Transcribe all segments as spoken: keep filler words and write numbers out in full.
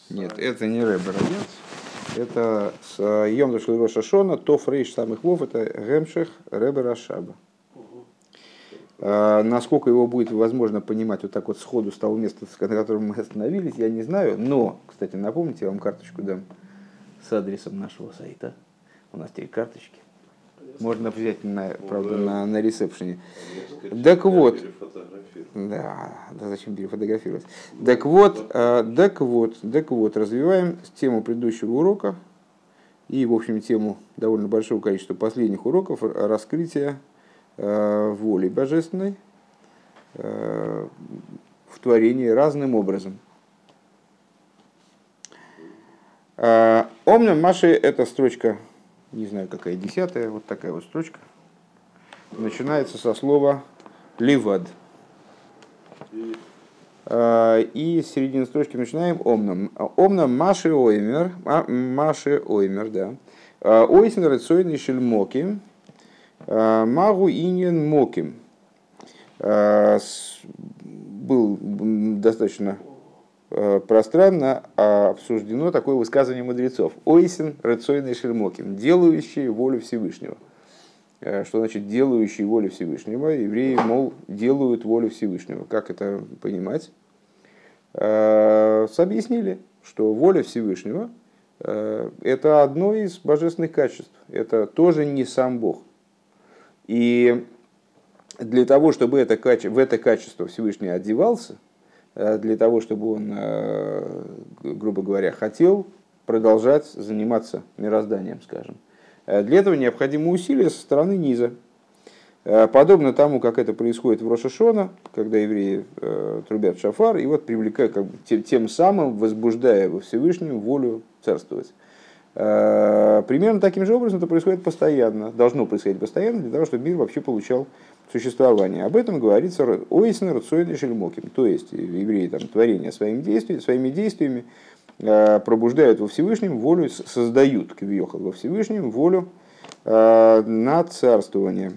Нет, это не Ребе Равенц. Это с Йом Тов Рош Хашона, Тов Рейш самых Вов, это Гемшех Ребе Рашаба. А, насколько его будет возможно понимать вот так вот сходу с того места, на котором мы остановились, я не знаю. Но, кстати, напомните, я вам карточку дам с адресом нашего сайта. У нас теперь карточки. Можно взять, на, правда, на, на ресепшене. Так вот, да, да, зачем перефотографировать? Так вот, э, так вот, так вот, развиваем тему предыдущего урока и, в общем, тему довольно большого количества последних уроков раскрытия э, воли божественной э, в творении разным образом. Омнам Маши, эта строчка, не знаю какая, десятая, вот такая вот строчка, начинается со слова «ливад». И с середины строчки начинаем «омнам». «Омнам Маши оймер», Маши оймер, да. «Ойснер рецойный шельмоким, магу иньен моким». Был достаточно пространно обсуждено такое высказывание мудрецов. «Ойсен рецойный шельмоким», делающий волю Всевышнего. Что значит делающий волю Всевышнего? Евреи, мол, делают волю Всевышнего. Как это понимать? Объяснили, что воля Всевышнего – это одно из божественных качеств. Это тоже не сам Бог. И для того, чтобы это, в это качество Всевышний одевался, для того, чтобы он, грубо говоря, хотел продолжать заниматься мирозданием, скажем, для этого необходимы усилия со стороны низа. Подобно тому, как это происходит в Рош ха-Шана, когда евреи э, трубят шафар, и вот привлекая, как бы, тем, тем самым возбуждая во Всевышнем волю царствовать. Э, примерно таким же образом это происходит постоянно, должно происходить постоянно, для того, чтобы мир вообще получал существование. Об этом говорится «Ойсен рацойный шельмоким», то есть евреи там, творение своими действиями, своими действиями э, пробуждают во Всевышнем волю, создают квиохал во Всевышнем волю э, на царствование.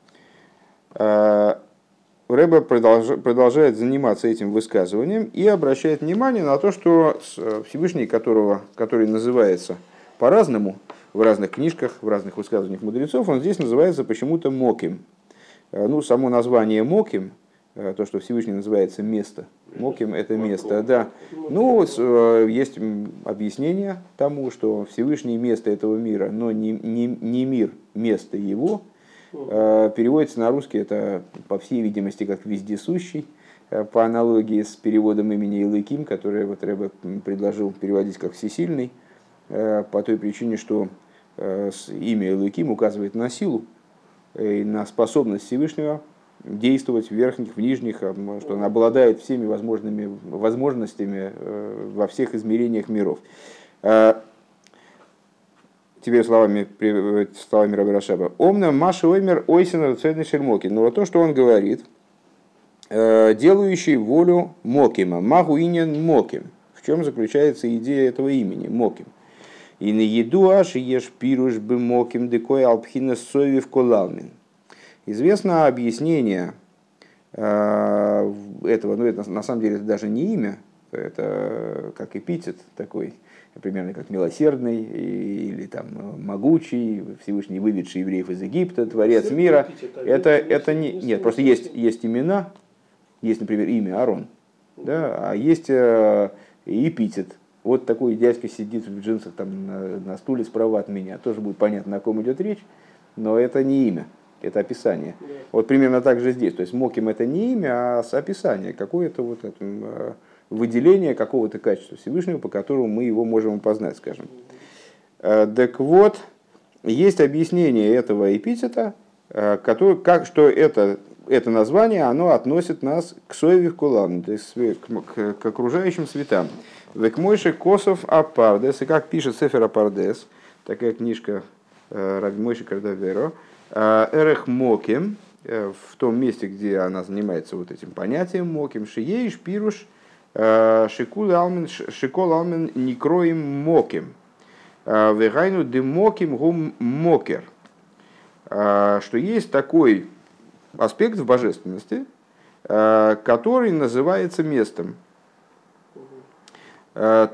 Ребе продолжает заниматься этим высказыванием и обращает внимание на то, что Всевышний, которого, который называется по-разному в разных книжках, в разных высказываниях мудрецов, он здесь называется почему-то Моким. Ну, само название Моким, то, что Всевышний называется место, Моким – это место, да. Ну, есть объяснение тому, что Всевышний место этого мира, но не, не, не мир, место его. Переводится на русский это, по всей видимости, как вездесущий, по аналогии с переводом имени Элоким, которое вот Ребе предложил переводить как всесильный, по той причине, что имя Элоким указывает на силу и на способность Всевышнего действовать в верхних, в нижних, что он обладает всеми возможными возможностями во всех измерениях миров. Теперь словами, словами Ребе Рашаба. «Омна Маши оймер ойсен рацойный шельмоким». Но вот то, что он говорит, делающий волю Мокима, магу иньен моким. В чем заключается идея этого имени, Моким? «И на еду аш еш пируш бы моким декой алпхина совив колалмин». Известно объяснение этого, ну это на самом деле это даже не имя, это как эпитет такой, примерно как милосердный или там могучий, Всевышний выведший евреев из Египта, творец мира. Это, это не, нет, просто есть, есть имена, есть, например, имя Аарон, да, а есть э, эпитет. Вот такой дядька сидит в джинсах там, на, на стуле справа от меня. Тоже будет понятно, о ком идет речь, но это не имя, это описание. Вот примерно так же здесь. То есть Моким это не имя, а описание, какое-то вот это, э, выделение какого-то качества Всевышнего, по которому мы его можем познать, скажем. Так вот, есть объяснение этого эпитета, который, как, что это, это название оно относит нас к Соевих Кулан, то есть к, к окружающим светам. Век Мойше Косов Апардес, и как пишет Сефер Апардес, такая книжка Раби Мойше Кардаверо, Эрех Моким, в том месте, где она занимается вот этим понятием Моким, Шиеиш Пируш, Шикол Алмен Никроим Моким. Вегайну де Моким гум Мокер. Что есть такой аспект в божественности, который называется местом.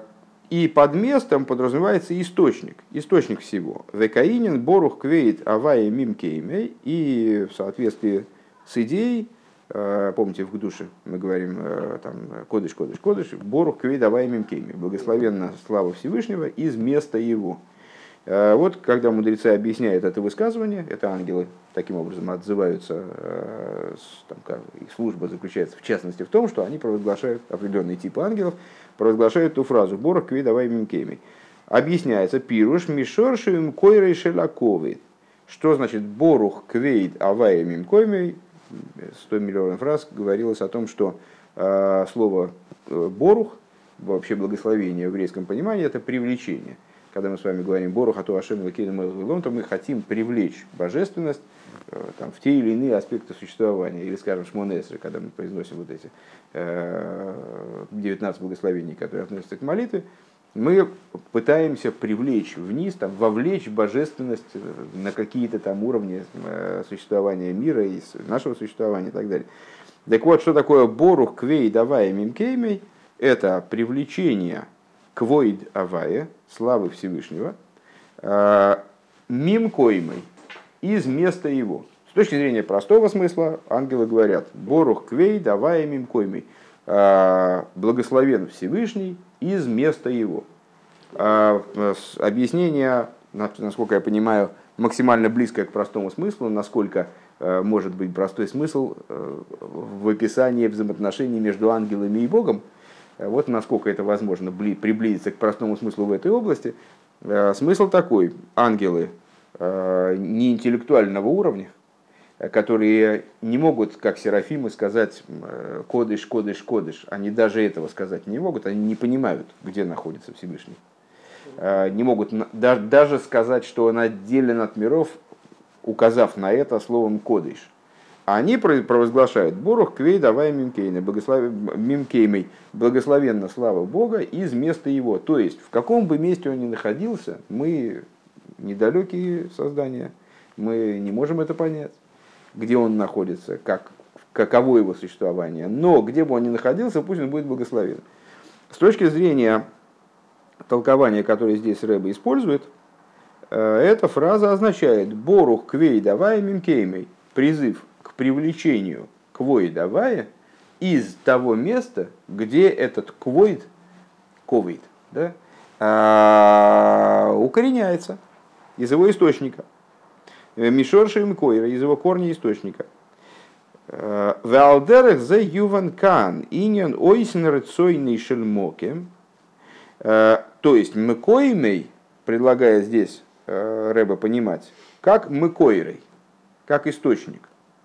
И под местом подразумевается источник, источник всего. Векаинин борух квейт авая мим кеймей. И в соответствии с идеей, помните, в душе мы говорим там кодыш, кодыш, кодыш, борух квейт авая мим кеймей. Благословенна слава Всевышнего из места его. Вот когда мудрецы объясняют это высказывание, это ангелы таким образом отзываются, там, как, их служба заключается в частности в том, что они провозглашают определенный тип ангелов, провозглашают ту фразу «Борух квей давай мимкейми». Объясняется «Пируш мишоршивым койрей шелаковый». Что значит «Борух квей авай мимкейми»? Сто миллионов раз говорилось о том, что э, слово «борух», вообще благословение в еврейском понимании, это привлечение. Когда мы с вами говорим «Борух ату Ашем лакейну мэлвэлом», то мы хотим привлечь божественность э, там, в те или иные аспекты существования. Или, скажем, Шмон-Эсрей, когда мы произносим вот эти э, девятнадцать благословений, которые относятся к молитве, мы пытаемся привлечь вниз, там, вовлечь божественность на какие-то там уровни э, существования мира и нашего существования и так далее. Так вот, что такое «Борух квей давай мимкеймей»? Это привлечение квоид авая, славы Всевышнего, мим коймой, из места его. С точки зрения простого смысла, ангелы говорят, борух квей давай мим коймой, благословен Всевышний из места его. Объяснение, насколько я понимаю, максимально близкое к простому смыслу, насколько может быть простой смысл в описании взаимоотношений между ангелами и Богом. Вот насколько это возможно приблизиться к простому смыслу в этой области. Смысл такой. Ангелы не интеллектуального уровня, которые не могут, как серафимы, сказать «кодыш, кодыш, кодыш». Они даже этого сказать не могут, они не понимают, где находится Всевышний. Не могут даже сказать, что он отделен от миров, указав на это словом «кодыш». Они провозглашают «Борух квей давай мимкеймей», мимкеймей, благословенна слава Бога из места его. То есть, в каком бы месте он ни находился, мы недалекие создания, мы не можем это понять, где он находится, как, каково его существование. Но где бы он ни находился, пусть он будет благословен. С точки зрения толкования, которое здесь Рэбе использует, эта фраза означает «Борух квей давай мимкеймей», призыв к привлечению квоид авая из того места, где этот квоид, ковид, да, укореняется, из его источника. Мишоршим койра, из его корня источника. Валдерах за юван кан иньян ойсен рецойный шельмоке. То есть мекоймей, предлагая здесь Рэбе понимать, как мекойрой, как источник.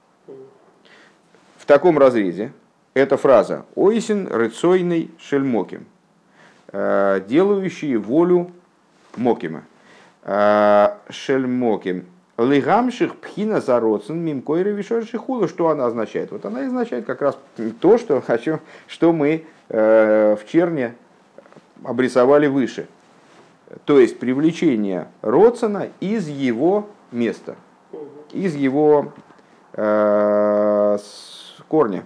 В таком разрезе эта фраза «ойсен рыцойный шельмоким», делающий волю Мокима. Шельмоким. Лигамших пхина зароцен мимкойра вишорши хула. Что она означает? Вот она означает как раз то, что, что мы в черне обрисовали выше. То есть привлечение Роцена из его места, из его э, корня.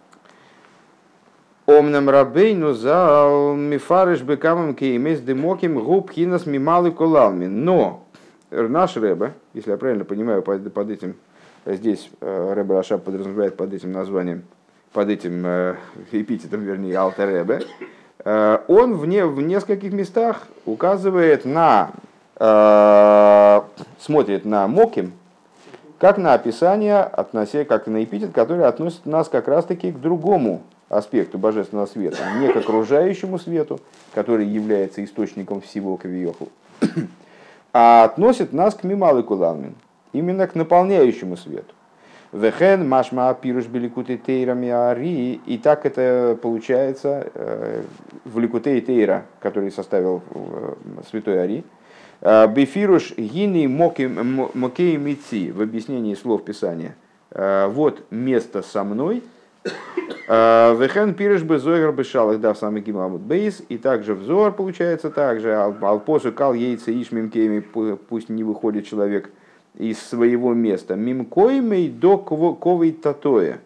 Омнам рабейну зал мифарыш бекамам кеймес демоким губ хинас мималы колалми. Но наш Рэбе, если я правильно понимаю, под, под этим, здесь Рэбе Рашаб подразумевает под этим названием, под этим э, эпитетом, вернее, Алтер Рэбе, э, он в, не, в нескольких местах указывает на, э, смотрит на Моким, как на описание, относя, как на эпитет, который относит нас как раз-таки к другому аспекту божественного света, не к окружающему свету, который является источником всего кавиоху, а относит нас к мималы кулалмин, именно к наполняющему свету. Вехен машма пируш беликуты тейрами ари, и так это получается в ликутей тейра, который составил святой Ари. Бефируш гини мокей мици, в объяснении слов Писания. Вот место со мной. Вехен пирыш бы зойгар бы шалах дав самый гимамут бейс. И также взор получается также. Алпосу кал яйца иш мимкейми, пусть не выходит человек из своего места. Мимкоймей до ковой татоя.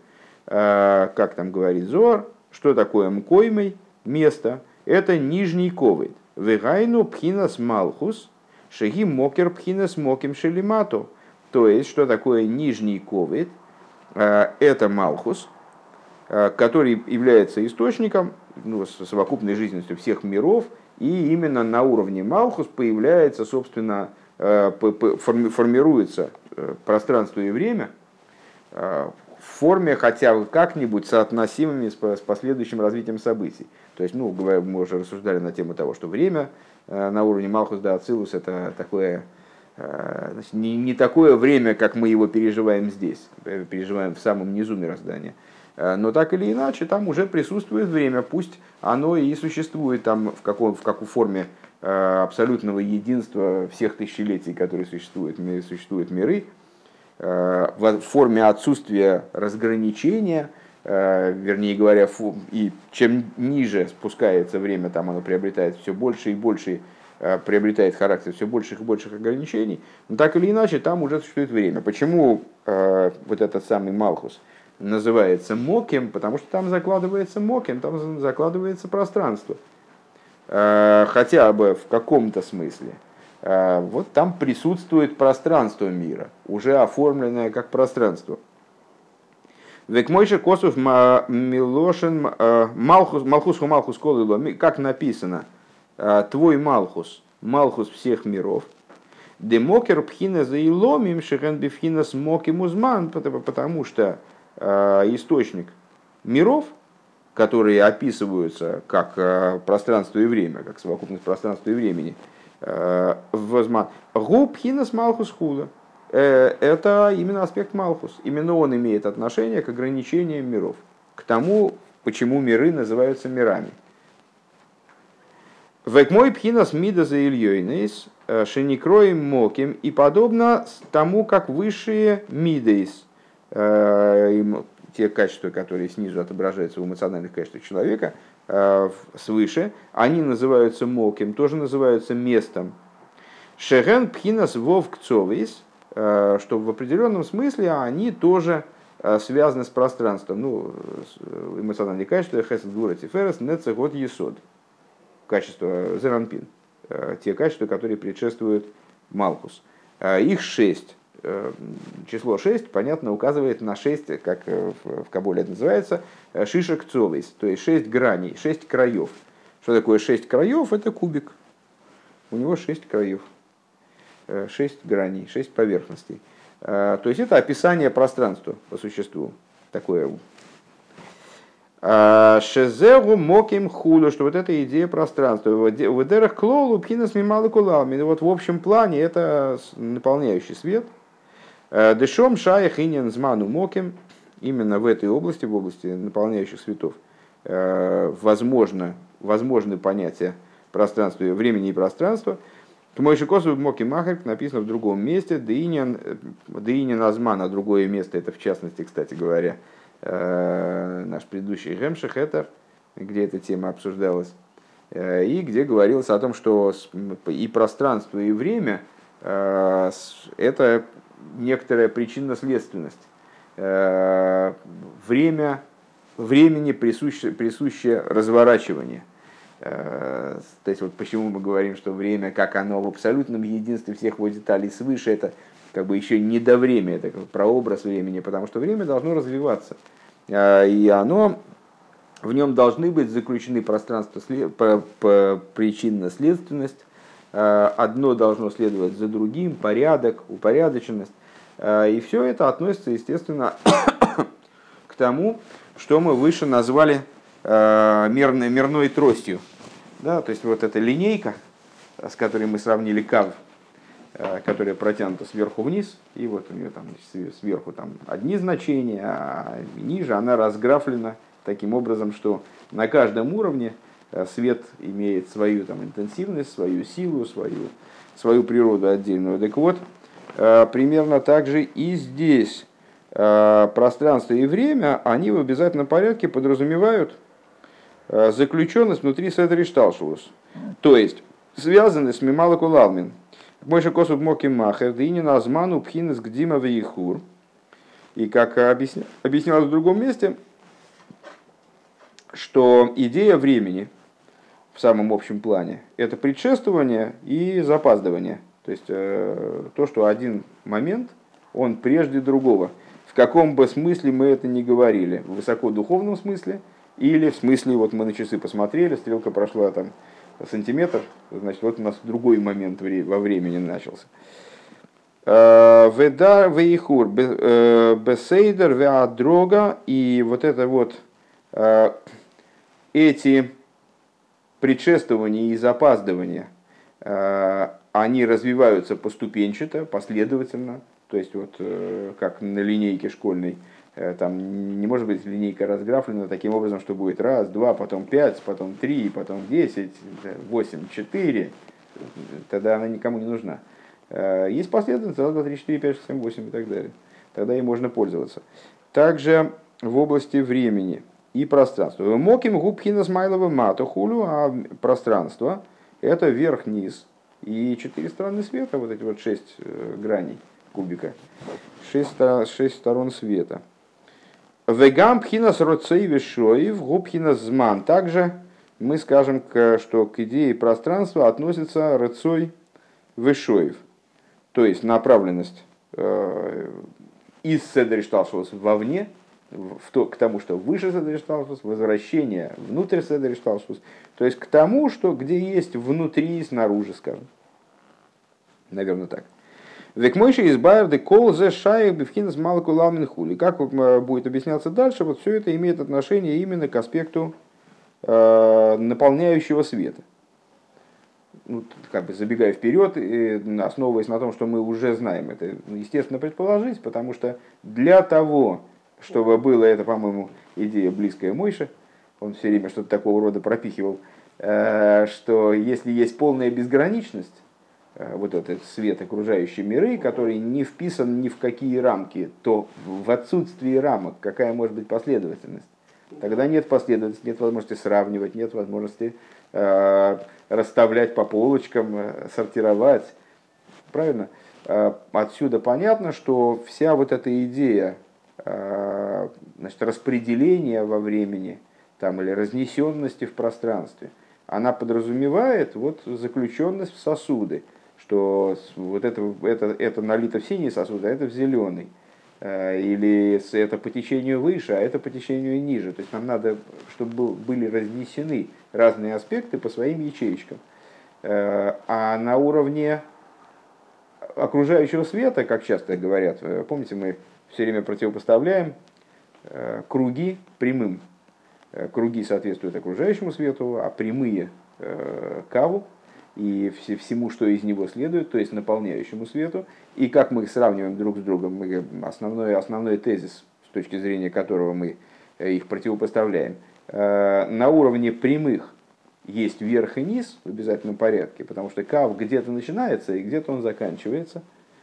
Как там говорит Зор, что такое мкоймей? Место. Это нижний ковид. Вегайну пхинас малхус, шеги мокер пхинас моким шелимату. То есть, что такое нижний ковид? Это малхус, который является источником, ну, совокупной жизненностью всех миров, и именно на уровне малхус появляется, собственно, формируется пространство и время в форме хотя бы как-нибудь соотносимыми с последующим развитием событий. То есть, ну, мы уже рассуждали на тему того, что время на уровне малхус да ацилус это такое, значит, не, не такое время, как мы его переживаем здесь, переживаем в самом низу мироздания. Но так или иначе, там уже присутствует время, пусть оно и существует там в, каком, в какой форме абсолютного единства всех тысячелетий, которые существуют, существуют миры, в форме отсутствия разграничения, вернее говоря, и чем ниже спускается время, там оно приобретает все больше и больше, приобретает характер все больших и больших ограничений, но так или иначе, там уже существует время. Почему вот этот самый Малхус называется Моким? Потому что там закладывается Моким, там закладывается пространство. Хотя бы в каком-то смысле. Вот там присутствует пространство мира, уже оформленное как пространство. Век мойше косов милошен малхус малхусу малхус колыло, как написано, твой малхус, малхус всех миров. Демокер пхина заиломим шехен бифхина смоким узман, потому что источник миров, которые описываются как пространство и время, как совокупность пространства и времени, губ хинас малхус худа. Это именно аспект малхус. Именно он имеет отношение к ограничениям миров, к тому, почему миры называются мирами. Векмой пхинас мида за ильёйнейс шеникроем моким, и подобно тому, как высшие мидейс, те качества, которые снизу отображаются в эмоциональных качествах человека, свыше, они называются моким, тоже называются местом. Шеген пхинас вовк цовис, что в определенном смысле они тоже связаны с пространством. Ну, эмоциональные качества хесед гвура тиферес нецегот есод, качества зеранпин, те качества, которые предшествуют малхус. Их шесть. Число шесть, понятно, указывает на шесть, как в Кабуле это называется, шишек цовис, то есть шесть граней, шесть краев. Что такое шесть краев? Это кубик. У него шесть краев, шесть граней, шесть поверхностей. То есть это описание пространства по существу. Такое. Шезеру моким худу, что вот эта идея пространства. В эдерах клолу пхинас мималы кулалми. Вот в общем плане это наполняющий свет. Дешом шаях инин зману моким, именно в этой области, в области наполняющих светов, возможно, возможны понятия пространства, времени и пространства. К моему косу моки махер написано в другом месте, деинин азман, а другое место, это в частности, кстати говоря, наш предыдущий гемших, это где эта тема обсуждалась, и где говорилось о том, что и пространство, и время это некоторая причинно-следственность. Время, времени присуще, присуще разворачивание. То есть вот почему мы говорим, что время, как оно в абсолютном единстве всех его деталей свыше, это как бы еще не до времени, это как прообраз времени, потому что время должно развиваться. И оно, в нем должны быть заключены пространство, причинно-следственность, одно должно следовать за другим, порядок, упорядоченность. И все это относится, естественно, к тому, что мы выше назвали мерной, мерной тростью. Да, то есть вот эта линейка, с которой мы сравнили кав, которая протянута сверху вниз, и вот у нее там сверху там одни значения, а ниже она разграфлена таким образом, что на каждом уровне свет имеет свою там интенсивность, свою силу, свою, свою природу отдельную. Так вот, примерно так же и здесь пространство и время, они в обязательном порядке подразумевают заключенность внутри седри шталшулус. То есть, связаны с мималаку лалмин. Мойша косуб моки махер, дынин азману пхинес гдима вейхур. И как объясня... объяснялось в другом месте, что идея времени, в самом общем плане, это предшествование и запаздывание. То есть э, то, что один момент, он прежде другого. В каком бы смысле мы это ни говорили, в высокодуховном смысле или в смысле, вот мы на часы посмотрели, стрелка прошла там сантиметр, значит, вот у нас другой момент во времени начался. Веда вейхур бесейдер веадрога, и вот это вот эти предшествования и запаздывания, они развиваются поступенчато, последовательно, то есть вот как на линейке школьной, там не может быть линейка разграфлена таким образом, что будет раз, два, потом пять, потом три, потом десять, восемь, четыре, тогда она никому не нужна. Есть последовательность раз, два, три, четыре, пять, шесть, семь, восемь и так далее. Тогда ей можно пользоваться. Также в области времени и пространства. Моким губхина смайлова матухулю, а пространство это верх-низ и четыре стороны света, вот эти вот шесть граней кубика, шесть, шесть сторон света. Вегам пхинас роцей вишоев губхинас зман. Также мы скажем, что к идее пространства относится роцой вишоев. То есть направленность э, из Седришталшус вовне, в то, к тому, что выше Седришталшус, возвращение внутрь Седришталшус, то есть к тому, что где есть внутри и снаружи, скажем. Наверное, так. Век мойши из байрды кол зе шаек бифхинас малку ламин хули. Как будет объясняться дальше, вот все это имеет отношение именно к аспекту э, наполняющего света. Ну, как бы забегая вперед, основываясь на том, что мы уже знаем, это естественно предположить, потому что для того, чтобы было это, по-моему, идея близкая Мойше, он все время что-то такого рода пропихивал, что если есть полная безграничность, вот этот свет окружающей миры, который не вписан ни в какие рамки, то в отсутствии рамок какая может быть последовательность? Тогда нет последовательности, нет возможности сравнивать, нет возможности э, расставлять по полочкам, э, сортировать. Правильно? Э, отсюда понятно, что вся вот эта идея э, значит, распределения во времени там, или разнесенности в пространстве, она подразумевает вот, заключенность в сосуды, что вот это, это, это налито в синий сосуд, а это в зеленый. Или это по течению выше, а это по течению ниже. То есть нам надо, чтобы были разнесены разные аспекты по своим ячеечкам. А на уровне окружающего света, как часто говорят, помните, мы все время противопоставляем круги прямым. Круги соответствуют окружающему свету, а прямые каву и всему, что из него следует, то есть наполняющему свету. И как мы их сравниваем друг с другом, мы, основной, основной тезис, с точки зрения которого мы их противопоставляем, на уровне прямых есть верх и низ в обязательном порядке, потому что кав где-то начинается и где-то он заканчивается.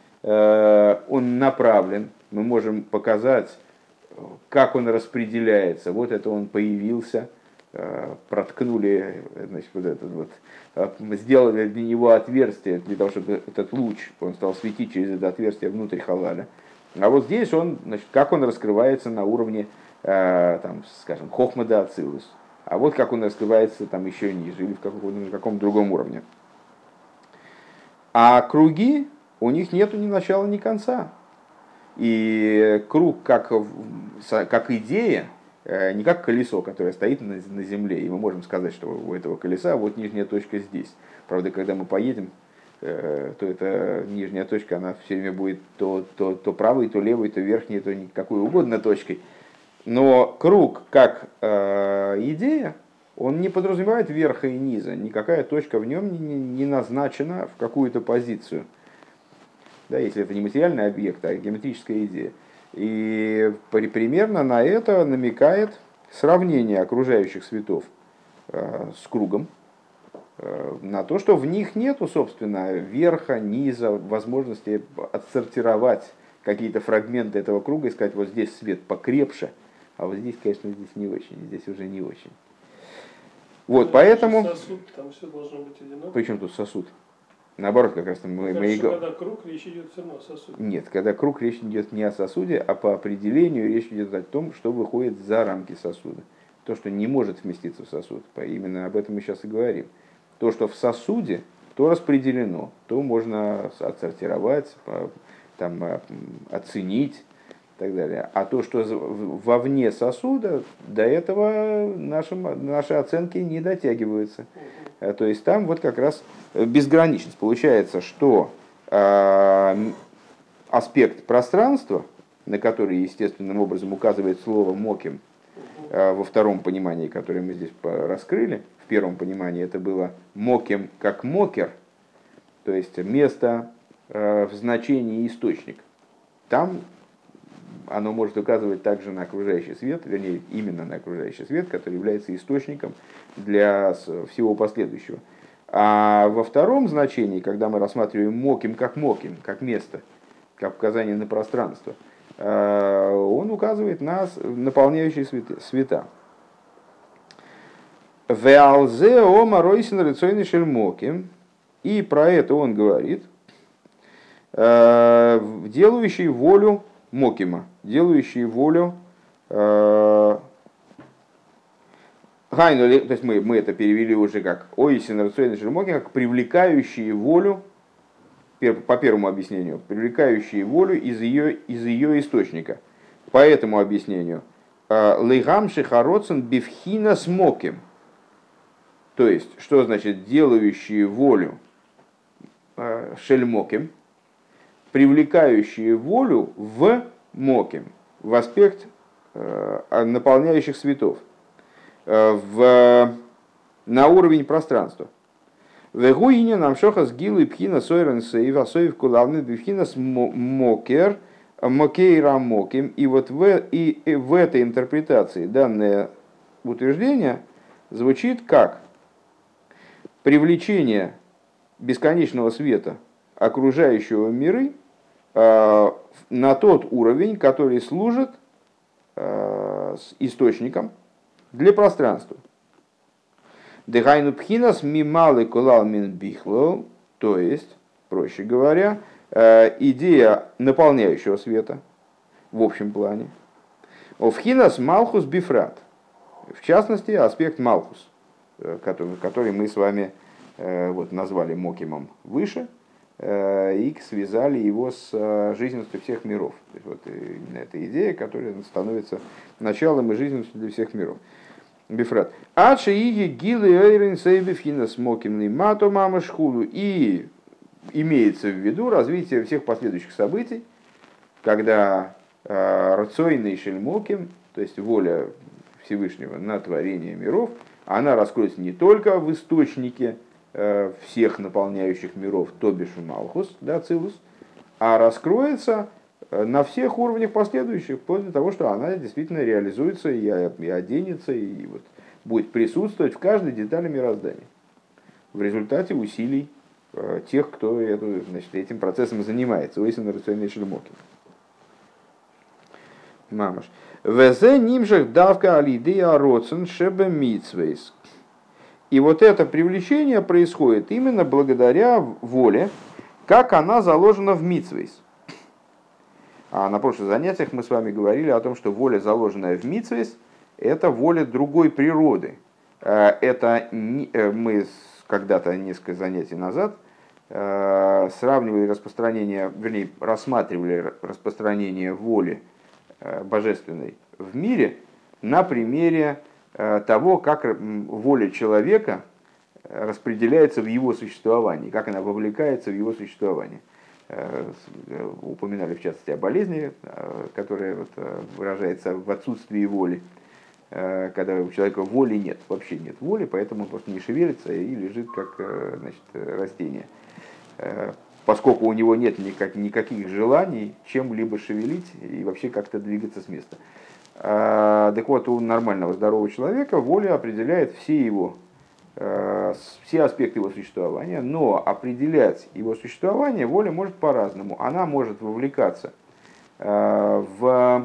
Он направлен, мы можем показать, как он распределяется. Вот это он появился, проткнули, значит, вот этот вот, сделали для него отверстие, для того, чтобы этот луч, он стал светить через это отверстие внутрь халаля. А вот здесь он, значит, как он раскрывается на уровне, там, скажем, хохма де ацилус. А вот как он раскрывается там еще ниже или в каком, на каком другом уровне. А круги, у них нету ни начала, ни конца. И круг как, как идея, не как колесо, которое стоит на, на земле, и мы можем сказать, что у этого колеса вот нижняя точка здесь. Правда, когда мы поедем, то эта нижняя точка, она все время будет то, то, то правой, то левой, то верхней, то какой угодно точкой. Но круг как э, идея, он не подразумевает верха и низа, никакая точка в нем не, не назначена в какую-то позицию. Да, если это не материальный объект, а геометрическая идея. И примерно на это намекает сравнение окружающих светов с кругом, на то, что в них нету, собственно, верха, низа, возможности отсортировать какие-то фрагменты этого круга и сказать, вот здесь свет покрепше, а вот здесь, конечно, здесь не очень, здесь уже не очень. Вот, ну, поэтому... Сосуд, там все должно быть одинаково. Причем тут сосуд? Наоборот, как раз мы... Кажется, мы что когда круг, речь идет все равно о сосуде. Нет, когда круг, речь идет не о сосуде, а по определению речь идет о том, что выходит за рамки сосуда. то, что не может вместиться в сосуд. Именно об этом мы сейчас и говорим. То, что в сосуде, то распределено, то можно отсортировать, там, оценить и так далее. А то, что вовне сосуда, до этого наши, наши оценки не дотягиваются. То есть там вот как раз безграничность. Получается, что э, аспект пространства, на который естественным образом указывает слово «моким», э, во втором понимании, которое мы здесь раскрыли, в первом понимании это было «моким» как «мокер», то есть место э, в значении источник. Там оно может указывать также на окружающий свет, вернее, именно на окружающий свет, который является источником для всего последующего. А во втором значении, когда мы рассматриваем моким как моким, как место, как указание на пространство, он указывает на наполняющие света. «Веалзе ома ройсен рыцойный шельмоким». И про это он говорит, делающий волю мокима, делающий волю... Гайну, то есть мы, мы это перевели уже как ойсен рыцойный шельмоким, как привлекающие волю, по первому объяснению, привлекающие волю из ее, из ее источника. По этому объяснению, лейгам шихароцен бифхина смоким. То есть, что значит делающие волю шельмоким, привлекающие волю в моким, в аспект наполняющих светов, в, на уровень пространства. Вегуине нам шохас гилы пхина сойрен сейв асоев кулавны бифхина мокер мокейра моким. И вот в, и, и в этой интерпретации данное утверждение звучит как привлечение бесконечного света окружающего миры э, на тот уровень, который служит э, источником для пространства. Дехайну пхинас мималы кулал мин бихло, то есть, проще говоря, э, идея наполняющего света в общем плане. Овхинас малхус бифрат, в частности, аспект малхус, который, который мы с вами вот, назвали мокимом выше, и связали его с жизненностью всех миров. То есть, вот именно эта идея, которая становится началом и жизненностью для всех миров. Бифрат. Ача иги гилы эйрен сейбифхина смокимный мато мама шхулу. И имеется в виду развитие всех последующих событий, когда рацойный шельмоким, то есть воля Всевышнего на творение миров, она раскроется не только в источнике э, всех наполняющих миров, то бишь Малхус, да, Цилус, а раскроется на всех уровнях последующих, вплоть до того, что она действительно реализуется и, и оденется, и вот будет присутствовать в каждой детали мироздания. В результате усилий э, тех, кто это, значит, этим процессом занимается. Ойсен рационный шельмоким. Мамаш. Везе нимшах давка алидея роцен шебе митсвейс. И вот это привлечение происходит именно благодаря воле, как она заложена в митсвейс. А на прошлых занятиях мы с вами говорили о том, что воля, заложенная в митсвейс, это воля другой природы. Это мы когда-то, несколько занятий назад, сравнивали распространение, вернее, рассматривали распространение воли божественной в мире на примере того, как воля человека распределяется в его существовании, как она вовлекается в его существование. Упоминали в частности о болезни, которая вот выражается в отсутствии воли, когда у человека воли нет, вообще нет воли, поэтому он просто не шевелится и лежит как, значит, растение. Поскольку у него нет никак, никаких желаний чем-либо шевелить и вообще как-то двигаться с места. А, так вот, у нормального здорового человека воля определяет все, его, все аспекты его существования, но определять его существование воля может по-разному. Она может вовлекаться в, в,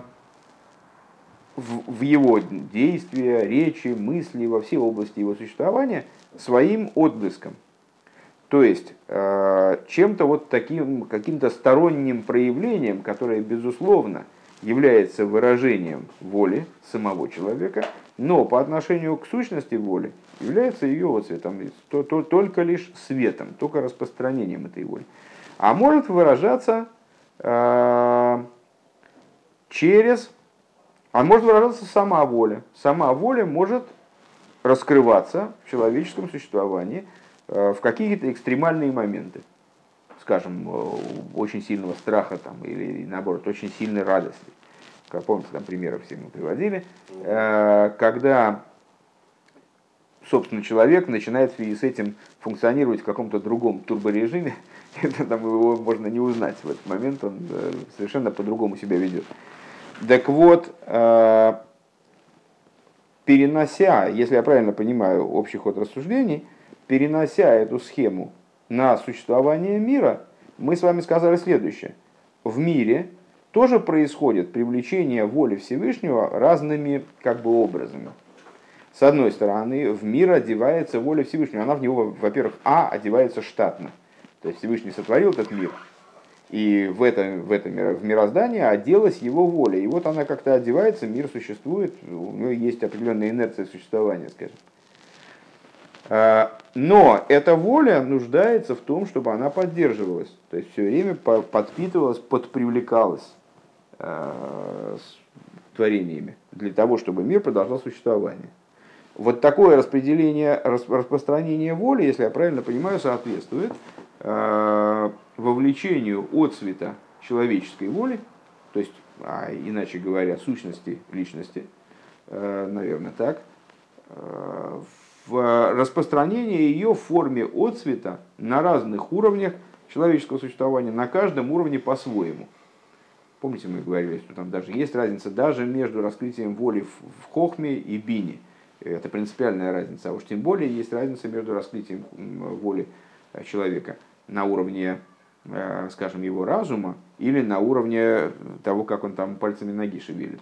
в его действия, речи, мысли, во все области его существования своим отблеском. То есть чем-то вот таким, каким-то сторонним проявлением, которое, безусловно, является выражением воли самого человека, но по отношению к сущности воли является ее отцветом, то, то, только лишь светом, только распространением этой воли. А может выражаться э, через... А может выражаться сама воля. Сама воля может раскрываться в человеческом существовании э, в какие-то экстремальные моменты. Скажем, очень сильного страха там, или, наоборот, очень сильной радости. Как помните, там примеры все мы приводили. Когда, собственно, человек начинает в связи с этим функционировать в каком-то другом турборежиме, это, там, его можно не узнать в этот момент, он совершенно по-другому себя ведет. Так вот, перенося, если я правильно понимаю общий ход рассуждений, перенося эту схему на существование мира, мы с вами сказали следующее. В мире тоже происходит привлечение воли Всевышнего разными как бы образами. С одной стороны, в мир одевается воля Всевышнего. Она в него, во-первых, а, одевается штатно. То есть Всевышний сотворил этот мир, и в это, в это в мироздание оделась его воля. И вот она как-то одевается, мир существует, у него есть определенная инерция существования, скажем. Но эта воля нуждается в том, чтобы она поддерживалась. То есть все время подпитывалась, подпривлекалась творениями для того, чтобы мир продолжал существование. Вот такое распределение, распространение воли, если я правильно понимаю, соответствует вовлечению отцвета человеческой воли, то есть, а иначе говоря, сущности личности, наверное, так, в распространение ее в форме отцвета на разных уровнях человеческого существования, на каждом уровне по-своему. Помните, мы говорили, что там даже есть разница даже между раскрытием воли в хохме и бине. Это принципиальная разница. А уж тем более есть разница между раскрытием воли человека на уровне, скажем, его разума или на уровне того, как он там пальцами ноги шевелит.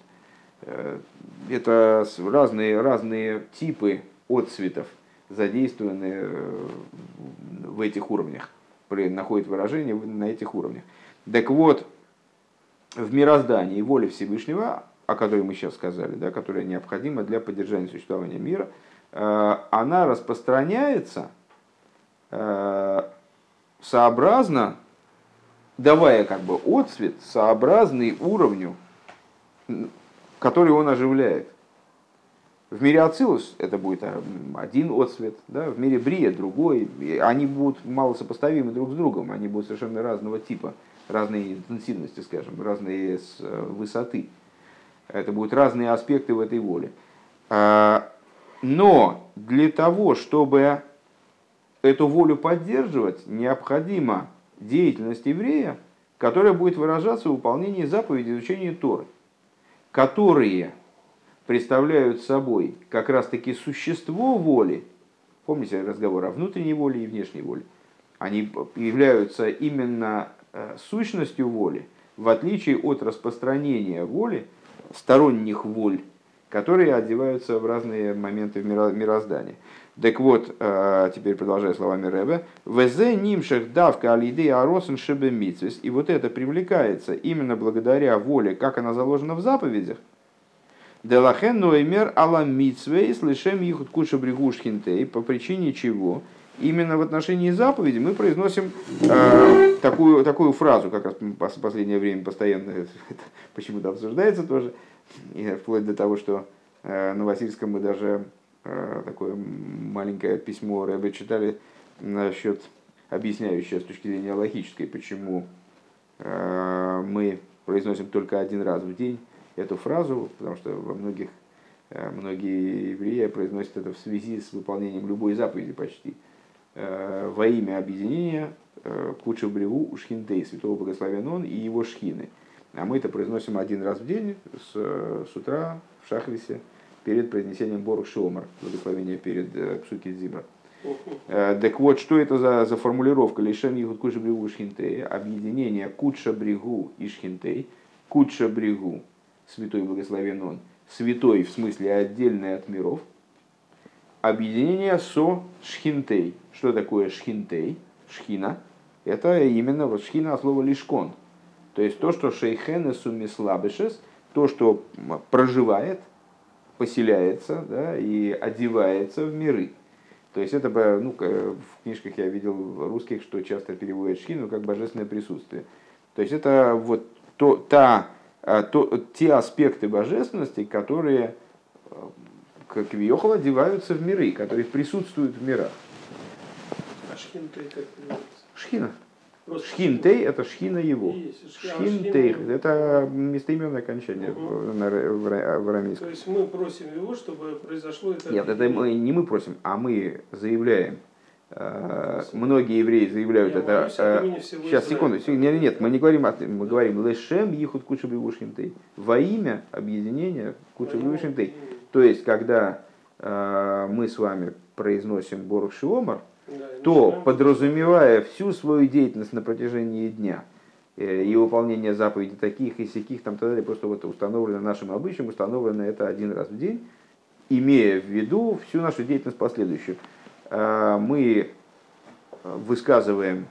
Это разные, разные типы отцветов, задействованные в этих уровнях, находят выражение на этих уровнях. Так вот, в мироздании воля Всевышнего, о которой мы сейчас сказали, да, которая необходима для поддержания существования мира, она распространяется сообразно, давая как бы отцвет, сообразный уровню, который он оживляет. В мире Ацилус это будет один отцвет, да, в мире Брия другой. Они будут мало сопоставимы друг с другом, они будут совершенно разного типа, разной интенсивности, скажем, разные высоты. Это будут разные аспекты в этой воле. Но для того, чтобы эту волю поддерживать, необходима деятельность еврея, которая будет выражаться в выполнении заповедей изучения Торы, которые представляют собой как раз-таки существо воли. Помните разговор о внутренней воле и внешней воле? Они являются именно сущностью воли, в отличие от распространения воли, сторонних воль, которые одеваются в разные моменты мироздания. Так вот, теперь продолжая словами Ребе, «Везе нимшех давка алидей аросен шебе митцвес». И вот это привлекается именно благодаря воле, как она заложена в заповедях. «Делахен ноэмер ала митцвейс лишем ихут куша бригушхинтей», по причине чего именно в отношении заповеди мы произносим э, такую, такую фразу, как раз в последнее время постоянно это почему-то обсуждается тоже, и вплоть до того, что э, на Васильском мы даже э, такое маленькое письмо Ребе читали насчет, объясняющее с точки зрения логической, почему э, мы произносим только один раз в день эту фразу, потому что во многих, многие евреи произносят это в связи с выполнением любой заповеди почти. Во имя объединения Кудшев Бреву у Шхинтей, святого благословен он и его шхины. А мы это произносим один раз в день, с, с утра в Шахрисе, перед произнесением Борух Шиомар, благословение перед Псуки Зибра. Так вот, что это за, за формулировка? Лишем Ихуд Кудша Бреву Шхинтей, объединение Кудша Бреву и Шхинтей. Кудша Бреву, святой благословен он, святой в смысле отдельный от миров. Объединение со Шхинтей. Что такое Шхинтей? Шхина. Это именно вот Шхина от слова лишкон. То есть то, что шейхенесу мислабешес, то, что проживает, поселяется, да, и одевается в миры. То есть это, ну, в книжках я видел русских, что часто переводят шхину как божественное присутствие. То есть это вот то, та, то, те аспекты божественности, которые как вьехол одеваются в миры, которые присутствуют в мирах. А шхинтей как переводится? Шхина. Просто Шхинтей – это шхина его. Шхинтей – это местоименное окончание угу. в, на, в, в арамейском. То есть мы просим его, чтобы произошло это. Нет, это мы, не мы просим, а мы заявляем. Э, многие евреи заявляют Я это. Э, сейчас, секунду, нет, нет, мы не говорим, мы да. говорим лешем ехут куча шхинтей. Во имя объединения куча шхинтей. То есть, когда э, мы с вами произносим Борух Шиомар, да, то, подразумевая всю свою деятельность на протяжении дня э, и выполнение заповедей таких и сяких, там, так далее, просто вот установлено нашим обычаем, установлено это один раз в день, имея в виду всю нашу деятельность последующую, э, мы высказываем,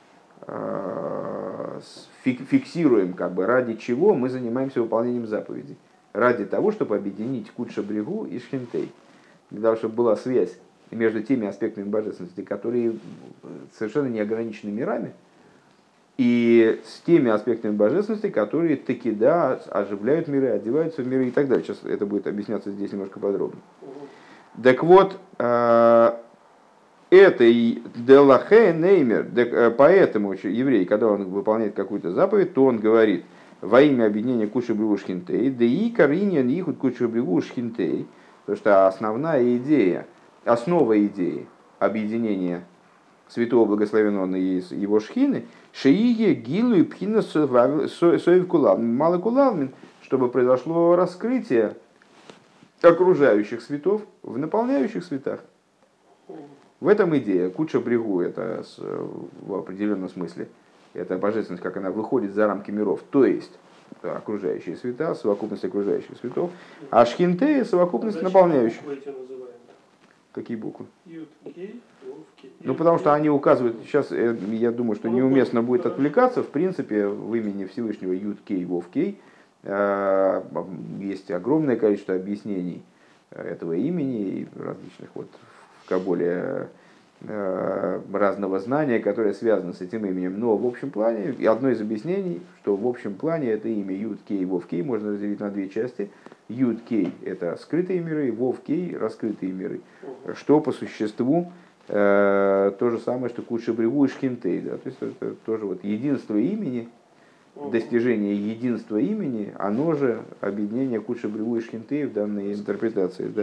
э, фиксируем, как бы, ради чего мы занимаемся выполнением заповедей. Ради того, чтобы объединить Кудша Бригу и Шхинтей. Для того, чтобы была связь между теми аспектами божественности, которые совершенно не ограничены мирами, и с теми аспектами божественности, которые таки да оживляют миры, одеваются в миры и так далее. Сейчас это будет объясняться здесь немножко подробно. Так вот, это и Делахе Неймер, поэтому еврей, когда он выполняет какую-то заповедь, то он говорит во имя объединения Кудша Бригу Шхинтей, да и Кариньян Ихуд Кудша Бригу Шхинтей, потому что основная идея, основа идеи объединения Святого Благословенного и его шхины, шеие гилу и пхина соев кулавмин, мало кулавмин, чтобы произошло раскрытие окружающих светов в наполняющих светах. В этом идея. Кудша Бригу, это в определенном смысле, это божественность, как она выходит за рамки миров, то есть окружающие света, совокупность окружающих светов, а Шхинтея — совокупность наполняющих. Какие буквы? Ну, потому что они указывают, сейчас я думаю, что неуместно будет отвлекаться, в принципе, в имени Всевышнего Юд Кей Вов Кей есть огромное количество объяснений этого имени и различных вот в Каболе разного знания, которое связано с этим именем. Но в общем плане, и одно из объяснений, что в общем плане это имя Юд Кей Вов Кей можно разделить на две части. Юд Кей — это скрытые миры, Вов Кей — раскрытые миры. Что по существу э, то же самое, что Кудша Бригу и Шхинтей. Да? То есть это тоже вот единство имени, достижение единства имени, оно же объединение Кудша Бригу и Шхинтей в данной интерпретации. Да?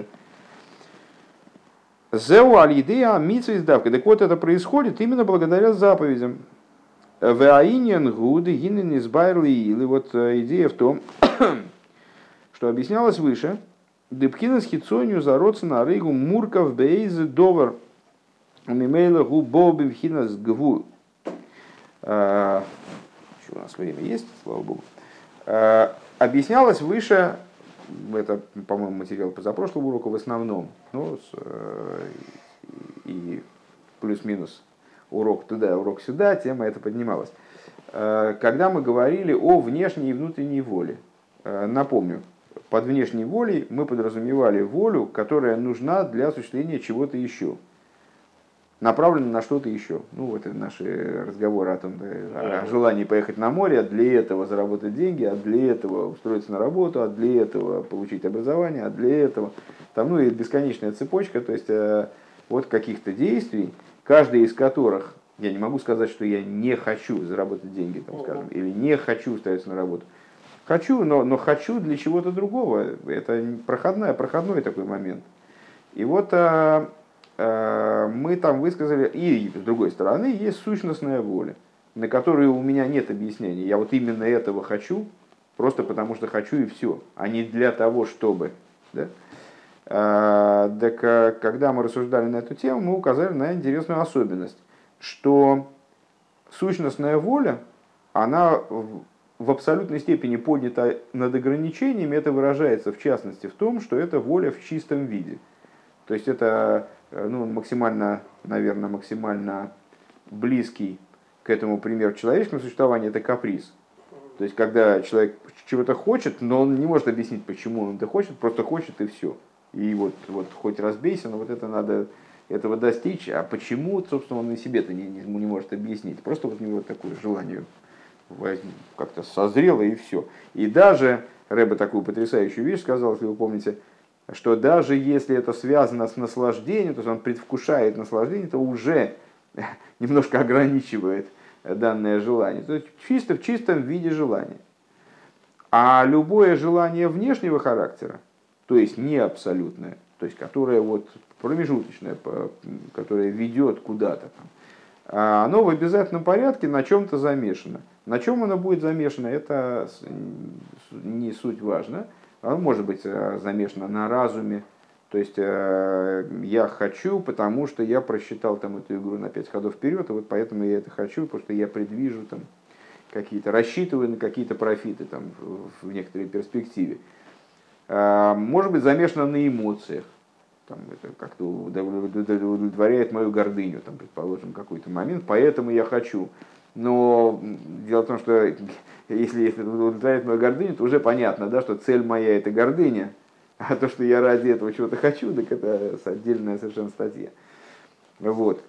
Зеу аль-идея митсва издавка. Так вот, это происходит именно благодаря заповедям. Веаиньян гуды гинен избайрли. Или вот идея в том, что объяснялось выше, Депхинас хитсонию зародца на рейгу мурков бейз довар мимейла губоби вхинас гву. Что у нас время есть, слава богу. Объяснялось выше, это, по-моему, материал позапрошлого урока в основном, ну, и плюс-минус урок туда, урок сюда, тема эта поднималась. Когда мы говорили о внешней и внутренней воле, напомню, под внешней волей мы подразумевали волю, которая нужна для осуществления чего-то еще, направлена на что-то еще. Ну, вот это наши разговоры о том, да, о желании поехать на море, а для этого заработать деньги, а для этого устроиться на работу, а для этого получить образование, а для этого... Там, ну, и бесконечная цепочка, то есть вот каких-то действий, каждый из которых, я не могу сказать, что я не хочу заработать деньги, там, скажем, или не хочу устроиться на работу. Хочу, но, но хочу для чего-то другого. Это проходной, проходной такой момент. И вот а, а, мы там высказали, и с другой стороны, есть сущностная воля, на которую у меня нет объяснений. Я вот именно этого хочу, просто потому что хочу и все, а не для того, чтобы. Да? А, так, когда мы рассуждали на эту тему, мы указали на интересную особенность, что сущностная воля, она в абсолютной степени поднята над ограничениями. Это выражается в частности в том, что это воля в чистом виде. То есть это, ну, максимально, наверное, максимально близкий к этому пример человеческого существования — это каприз. То есть, когда человек чего-то хочет, но он не может объяснить, почему он это хочет, просто хочет и все. И вот, вот хоть разбейся, но вот это надо этого достичь, а почему, собственно, он и себе-то не, не, не может объяснить. Просто вот у него такое желание как-то созрело и все. И даже Рэбе такую потрясающую вещь сказал, если вы помните, что даже если это связано с наслаждением, то есть он предвкушает наслаждение, то уже немножко ограничивает данное желание. То есть чисто в чистом виде желания. А любое желание внешнего характера, то есть не абсолютное, то есть которое вот промежуточное, которое ведет куда-то, оно в обязательном порядке на чем-то замешано. На чем оно будет замешано, это не суть важно. Оно может быть замешано на разуме. То есть я хочу, потому что я просчитал там эту игру на пять ходов вперед, и вот поэтому я это хочу, потому что я предвижу там какие-то, рассчитываю на какие-то профиты там, в некоторой перспективе. Может быть замешано на эмоциях. Там, это как-то удовлетворяет мою гордыню, там, предположим, какой-то момент, поэтому я хочу. Но дело в том, что если это удовлетворяет мою гордыню, то уже понятно, да, что цель моя это гордыня, а то, что я ради этого чего-то хочу, так это отдельная совершенно статья. Вот.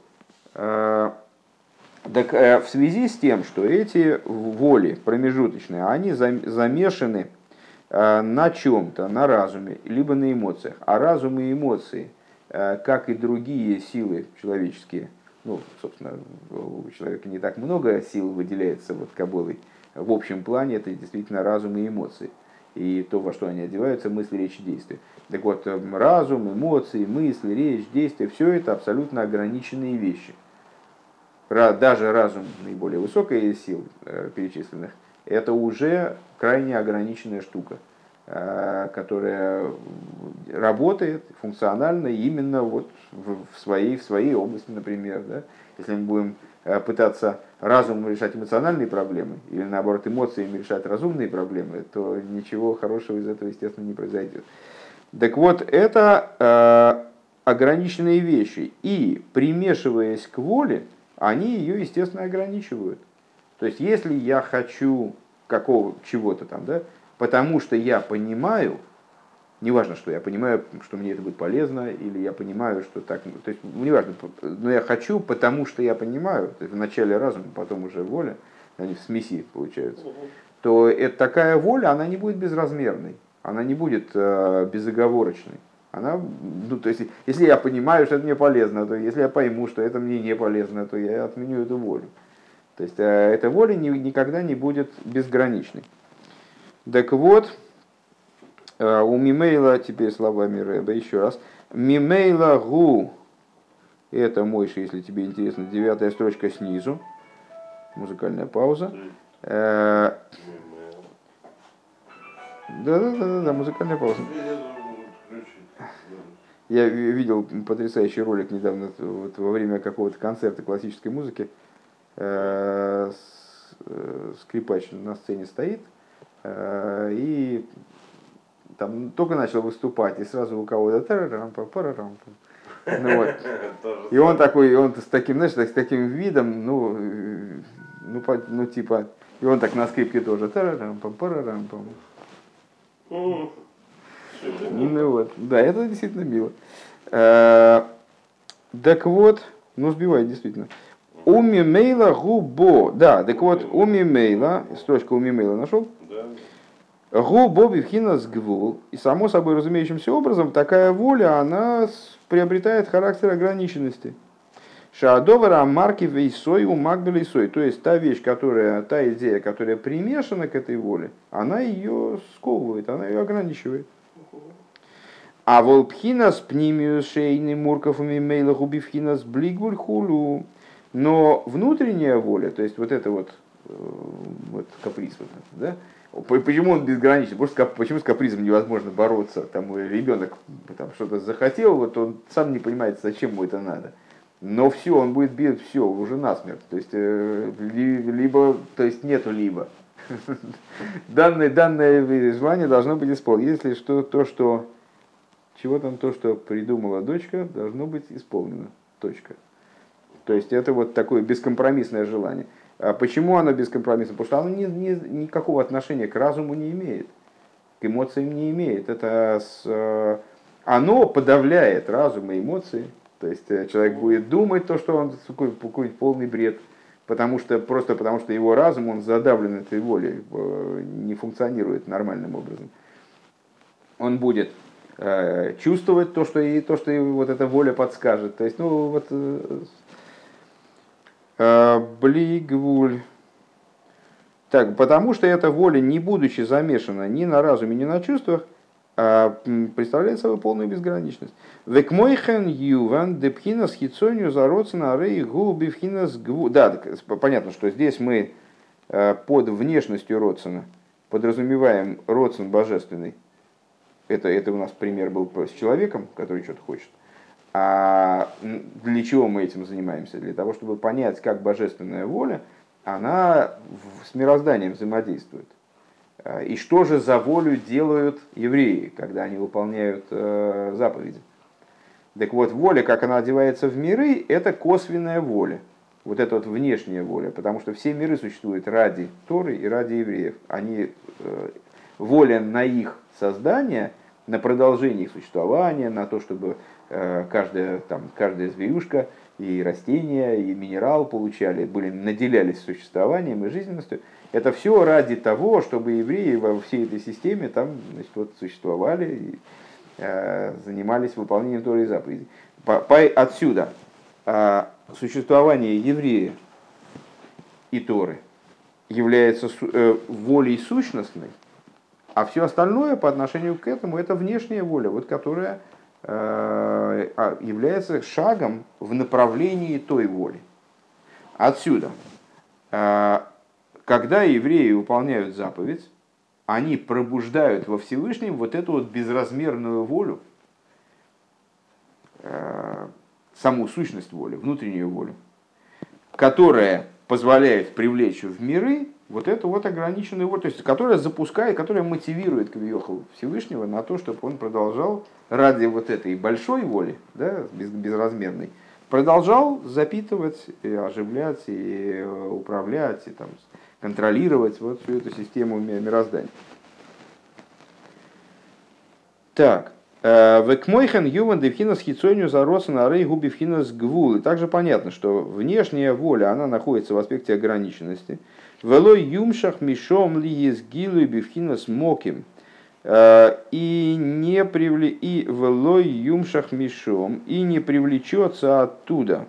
Так в связи с тем, что эти воли промежуточные, они замешаны на чем-то, на разуме, либо на эмоциях. А разум и эмоции, как и другие силы человеческие, ну, собственно, у человека не так много сил выделяется вот каболой. В общем плане это действительно разум и эмоции. И то, во что они одеваются, мысли, речь, действия. Так вот, разум, эмоции, мысли, речь, действия, все это абсолютно ограниченные вещи. Даже разум наиболее высокая из сил перечисленных, это уже крайне ограниченная штука, которая работает функционально именно вот в своей, в своей области, например. Да? Если мы будем пытаться разумом решать эмоциональные проблемы, или наоборот эмоциями решать разумные проблемы, то ничего хорошего из этого, естественно, не произойдет. Так вот, это ограниченные вещи, и примешиваясь к воле, они ее, естественно, ограничивают. То есть, если я хочу какого чего-то там, да, потому что я понимаю, неважно, что я понимаю, что мне это будет полезно, или я понимаю, что так, то есть, неважно, но я хочу, потому что я понимаю, то есть, вначале разум, потом уже воля, они в смеси получаются, то это, такая воля, она не будет безразмерной, она не будет э, безоговорочной. Она, ну, то есть, если я понимаю, что это мне полезно, то если я пойму, что это мне не полезно, то я отменю эту волю. То есть, эта воля никогда не будет безграничной. Так вот, у Мимейла, теперь словами Рэба, еще раз. Мимейла гу, это Мойша, если тебе интересно, девятая строчка снизу. Музыкальная пауза. Да-да-да, музыкальная пауза. Я видел потрясающий ролик недавно вот, во время какого-то концерта классической музыки. Скрипач на сцене стоит и там только начал выступать, и сразу у кого-то тарарампа, парарампа. Ну, вот. И он такой, и он с таким, знаешь, с таким видом, ну, ну, по, ну типа, и он так на скрипке тоже тарарампа, парарампа. Ну вот, да, это действительно мило. Так вот, ну сбивает действительно. Уми мейла губо. Да, так вот, уми мейла, строчка уми мейла нашел? Да. Губо бивхина сгвул. И само собой разумеющимся образом, такая воля, она приобретает характер ограниченности. Шаадовара марки вейсой у магбелей сой. То есть та вещь, которая, та идея, которая примешана к этой воле, она ее сковывает, она ее ограничивает. А волпхина с пнимию шейны мурков уми мейла губивхина с блигвуль хулу. Но внутренняя воля, то есть вот это вот, вот каприз, вот, да? Почему он безграничен? Почему с капризом невозможно бороться? Там ребенок там, что-то захотел, вот он сам не понимает, зачем ему это надо. Но все, он будет бить, все, уже насмерть. То есть, либо, то есть нету либо. Данное, данное желание должно быть исполнено. Если что, то, что, чего там, то, что придумала дочка, должно быть исполнено. Точка. То есть это вот такое бескомпромиссное желание. А почему оно бескомпромиссно? Потому что оно ни, ни- никакого отношения к разуму не имеет, к эмоциям не имеет. Это с, э, оно подавляет разум и эмоции. То есть э, человек будет думать то, что он какой- какой-нибудь полный бред, потому что, просто потому что его разум, он задавлен этой волей, э, не функционирует нормальным образом. Он будет э, чувствовать то, что и то, что и вот эта воля подскажет. То есть, ну вот э, э, блигвуль. Так, потому что эта воля, не будучи замешана ни на разуме, ни на чувствах, а, м, представляет собой полную безграничность. Векмойхен юван депхинас хитсонию зароцена рей губивхинас гву. Да, так, с- понятно, что здесь мы э, под внешностью родсена подразумеваем родсен божественный. Это, это у нас пример был с человеком, который что-то хочет. А м, для чего мы этим занимаемся? Для того, чтобы понять, как божественная воля, она в- с мирозданием взаимодействует. А, И что же за волю делают евреи, когда они выполняют э, заповеди? Так вот, воля, как она одевается в миры, это косвенная воля. Вот эта вот внешняя воля. Потому что все миры существуют ради Торы и ради евреев. Они, э, воля на их создание, на продолжение их существования, на то, чтобы э, каждая, там, каждая зверюшка и растения, и минерал получали, были, наделялись существованием и жизненностью. Это все ради того, чтобы евреи во всей этой системе там, значит, вот, существовали и э, занимались выполнением Торы и заповедей. По, по, отсюда э, существование еврея и Торы является су- э, волей сущностной, а все остальное по отношению к этому это внешняя воля, вот, которая э, а, является шагом в направлении той воли. Отсюда, э, когда евреи выполняют заповедь, они пробуждают во Всевышнем вот эту вот безразмерную волю, э, саму сущность воли, внутреннюю волю, которая позволяет привлечь в миры вот эту вот ограниченную волю, то есть которая запускает, которая мотивирует Кавиоху Всевышнего на то, чтобы он продолжал ради вот этой большой воли, да, без, безразмерной, продолжал запитывать, и оживлять, и управлять, и там, контролировать вот всю эту систему мироздания. Так. Векмойхен юван девхинас хитсонию зароса на рей губивхинас гвул. И также понятно, что внешняя воля, она находится в аспекте ограниченности. Велой юмшах мишом ли езгилу бивхинас моким. И не привле... и велой юмшах мишом, и не привлечется оттуда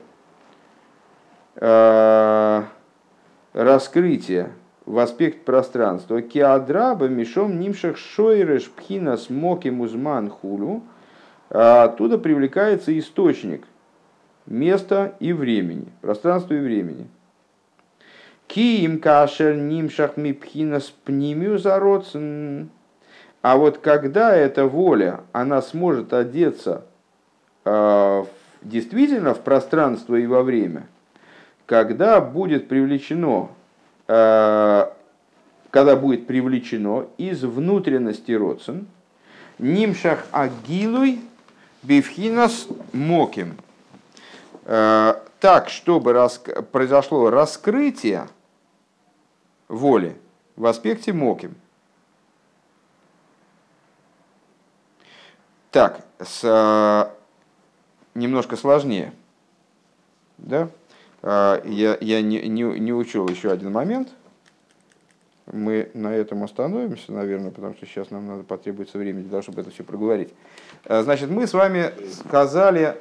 э, раскрытие в аспект пространства. Киадраба мишом нимшах шойреш пхинас моким узман хулю. Оттуда привлекается источник места и времени, пространства и времени. Киим кашер нимшах мипхинас пнимю зароцен. А вот когда эта воля, она сможет одеться э, действительно в пространство и во время, когда будет привлечено, э, когда будет привлечено из внутренности родсен, нимшах агилуй бифхинас моким. Так, чтобы рас- произошло раскрытие воли в аспекте моким. Так, с, немножко сложнее. Да? Я, я не, не, не учел еще один момент. Мы на этом остановимся, наверное, потому что сейчас нам надо потребуется время для того, чтобы это все проговорить. Значит, мы с вами сказали,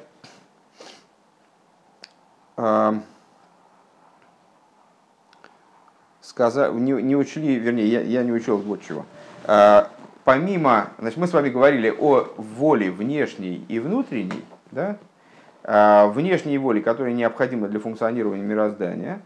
сказали не, не учли, вернее, я, я не учел вот чего. Помимо, значит, мы с вами говорили о воле внешней и внутренней, да? Внешней воле, которая необходима для функционирования мироздания,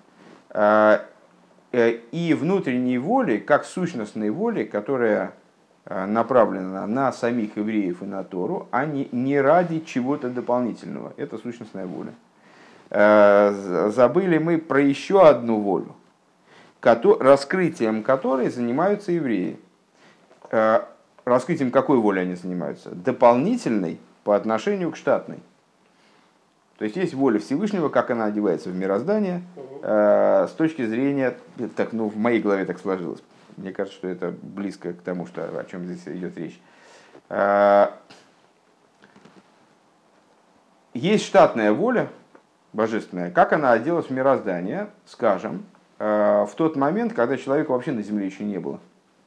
и внутренней воли, как сущностной воли, которая направлена на самих евреев и на Тору, а не, не ради чего-то дополнительного. Это сущностная воля. Забыли мы про еще одну волю, раскрытием которой занимаются евреи. Раскрытием какой воли они занимаются? Дополнительной по отношению к штатной. То То есть есть воля Всевышнего, как она одевается в мироздание, э, с точки зрения, так, ну, в моей голове так сложилось. Мне кажется, что это близко к тому, что, о чем здесь идет речь. Э, есть штатная воля божественная, как она оделась в мироздание, скажем, э, в тот момент, когда человека вообще на земле еще не было.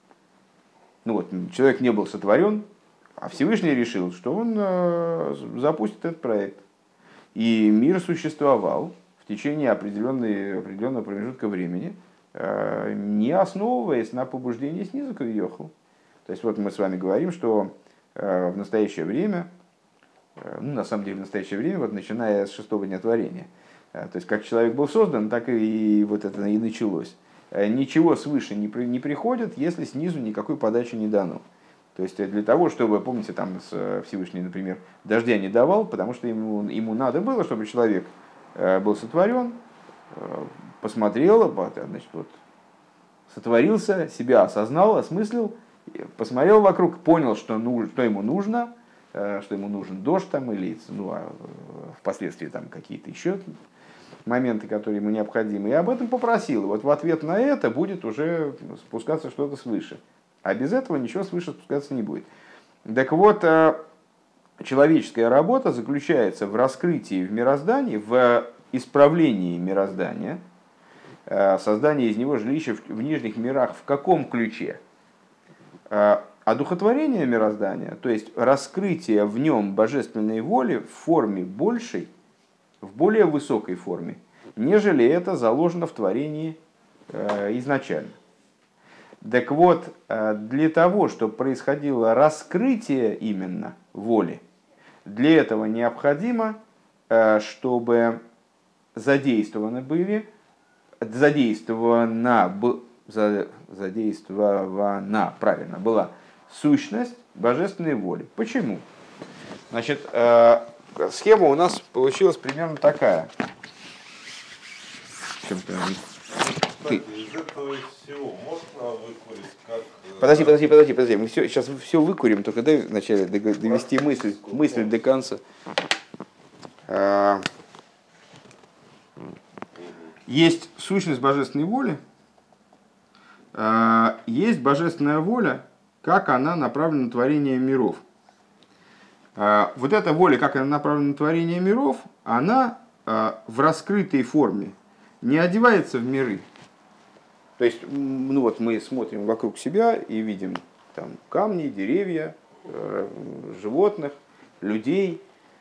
Ну вот, человек не был сотворен, а Всевышний решил, что он э, запустит этот проект. И мир существовал в течение определенного промежутка времени, э, не основываясь на побуждении снизу к Вьеху. То есть вот мы с вами говорим, что э, в настоящее время, э, ну на самом деле в настоящее время, вот начиная с шестого дня творения, э, то есть как человек был создан, так и вот это и началось. Э, ничего свыше не, при, не приходит, если снизу никакой подачи не дано. То есть для того, чтобы, помните, там Всевышний, например, дождя не давал, потому что ему, ему надо было, чтобы человек был сотворен, посмотрел, значит, вот, сотворился, себя осознал, осмыслил, посмотрел вокруг, понял, что, ну, что ему нужно, что ему нужен дождь там, или ну, а впоследствии там, какие-то еще моменты, которые ему необходимы, и об этом попросил. И вот в ответ на это будет уже спускаться что-то свыше. А без этого ничего свыше спускаться не будет. Так вот, человеческая работа заключается в раскрытии в мироздании, в исправлении мироздания, создании из него жилища в нижних мирах. В каком ключе? Одухотворение мироздания, то есть раскрытие в нем божественной воли в форме большей, в более высокой форме, нежели это заложено в творении изначально. Так вот, для того, чтобы происходило раскрытие именно воли, для этого необходимо, чтобы задействованы были, задействована, задействована, правильно, была сущность божественной воли. Почему? Значит, схема у нас получилась примерно такая. Кстати, из этого всего можно выкурить как... Подожди, подожди, подожди, подожди. Мы все, сейчас все выкурим, только дай вначале довести мысль, мысль до конца. Есть сущность божественной воли, есть божественная воля, как она направлена на творение миров. Вот эта воля, как она направлена на творение миров, она в раскрытой форме не одевается в миры. То есть, ну вот мы смотрим вокруг себя и видим там камни, деревья, животных, людей.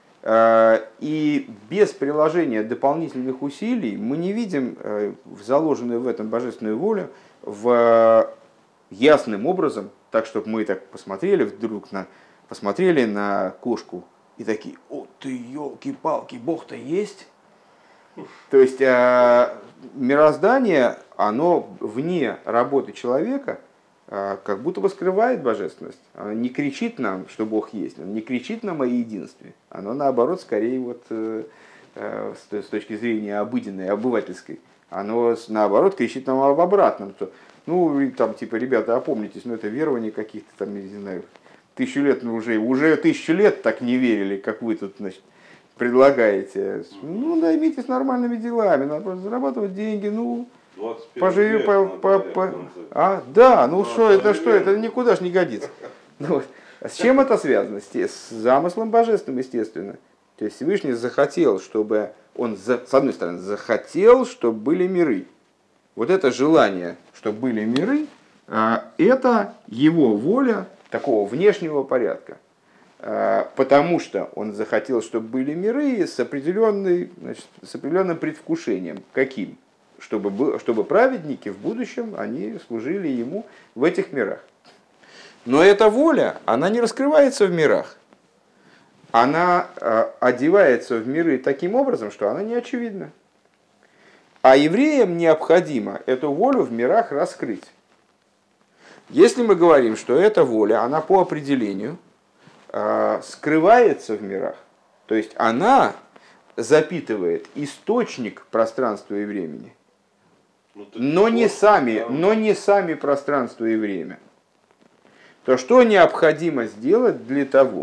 И без приложения дополнительных усилий мы не видим заложенную в этом божественную волю в ясным образом, так, чтобы мы так посмотрели вдруг на, посмотрели на кошку и такие: о ты, елки-палки, Бог-то есть? То есть мироздание, оно вне работы человека как будто бы скрывает божественность. Оно не кричит нам, что Бог есть, оно не кричит нам о единстве. Оно наоборот, скорее вот, с точки зрения обыденной, обывательской, оно наоборот кричит нам об обратном. Что, ну, там, типа, ребята, опомнитесь, ну это верование каких-то там, не знаю, тысячу лет, ну, уже, уже тысячу лет так не верили, как вы тут, значит, предлагаете. Ну, займитесь нормальными делами, надо просто зарабатывать деньги, ну, поживи по, по, по... А, да, ну что, это что, это никуда ж не годится. Ну, с чем это связано? С замыслом божественным, естественно. То есть Всевышний захотел, чтобы он, с одной стороны, захотел, чтобы были миры. Вот это желание, чтобы были миры, это его воля такого внешнего порядка. Потому что он захотел, чтобы были миры с, определенной, значит, с определенным предвкушением. Каким? Чтобы, чтобы праведники в будущем, они служили ему в этих мирах. Но эта воля, она не раскрывается в мирах. Она э, одевается в миры таким образом, что она не очевидна. А евреям необходимо эту волю в мирах раскрыть. Если мы говорим, что эта воля, она по определению э, скрывается в мирах, то есть она запитывает источник пространства и времени, но не сами, но не сами пространство и время, то что необходимо сделать для того,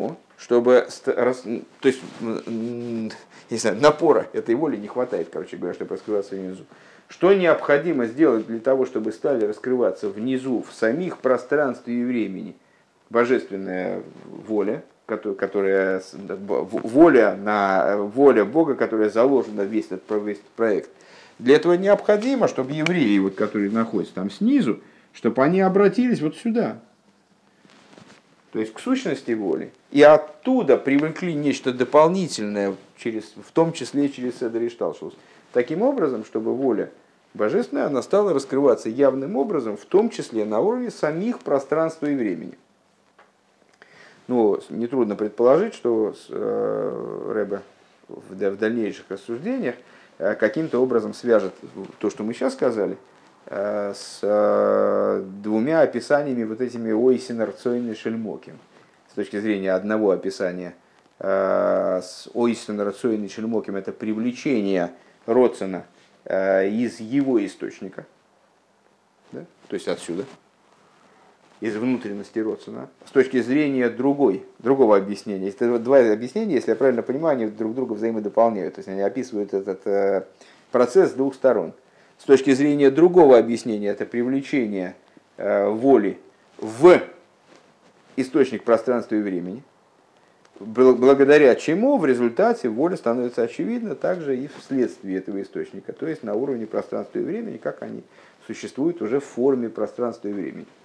чтобы, то есть, не знаю, напора этой воли не хватает, короче говоря, чтобы раскрываться внизу. Что необходимо сделать для того, чтобы стали раскрываться внизу, в самих пространстве и времени, божественная воля, которая, воля, на, воля Бога, которая заложена в весь этот проект. Для этого необходимо, чтобы евреи, вот, которые находятся там снизу, чтобы они обратились вот сюда, то есть к сущности воли, и оттуда привлекли нечто дополнительное, через, в том числе через Седер Ишталшус, таким образом, чтобы воля божественная, она стала раскрываться явным образом, в том числе на уровне самих пространства и времени. Ну, нетрудно предположить, что э, Ребе в, в дальнейших рассуждениях э, каким-то образом свяжет то, что мы сейчас сказали, э, с э, двумя описаниями вот этими ойсинер цойны шельмоким. С точки зрения одного описания э, с ойсинер цойны шельмоким, это привлечение Роцена э, из его источника, да? То есть отсюда, из внутренности Роцена, с точки зрения другой, другого объяснения. Это два объяснения, если я правильно понимаю, они друг друга взаимодополняют. То есть они описывают этот э, процесс с двух сторон. С точки зрения другого объяснения, это привлечение э, воли в источник пространства и времени, благодаря чему в результате воля становится очевидна также и вследствие этого источника, то есть на уровне пространства и времени, как они существуют уже в форме пространства и времени.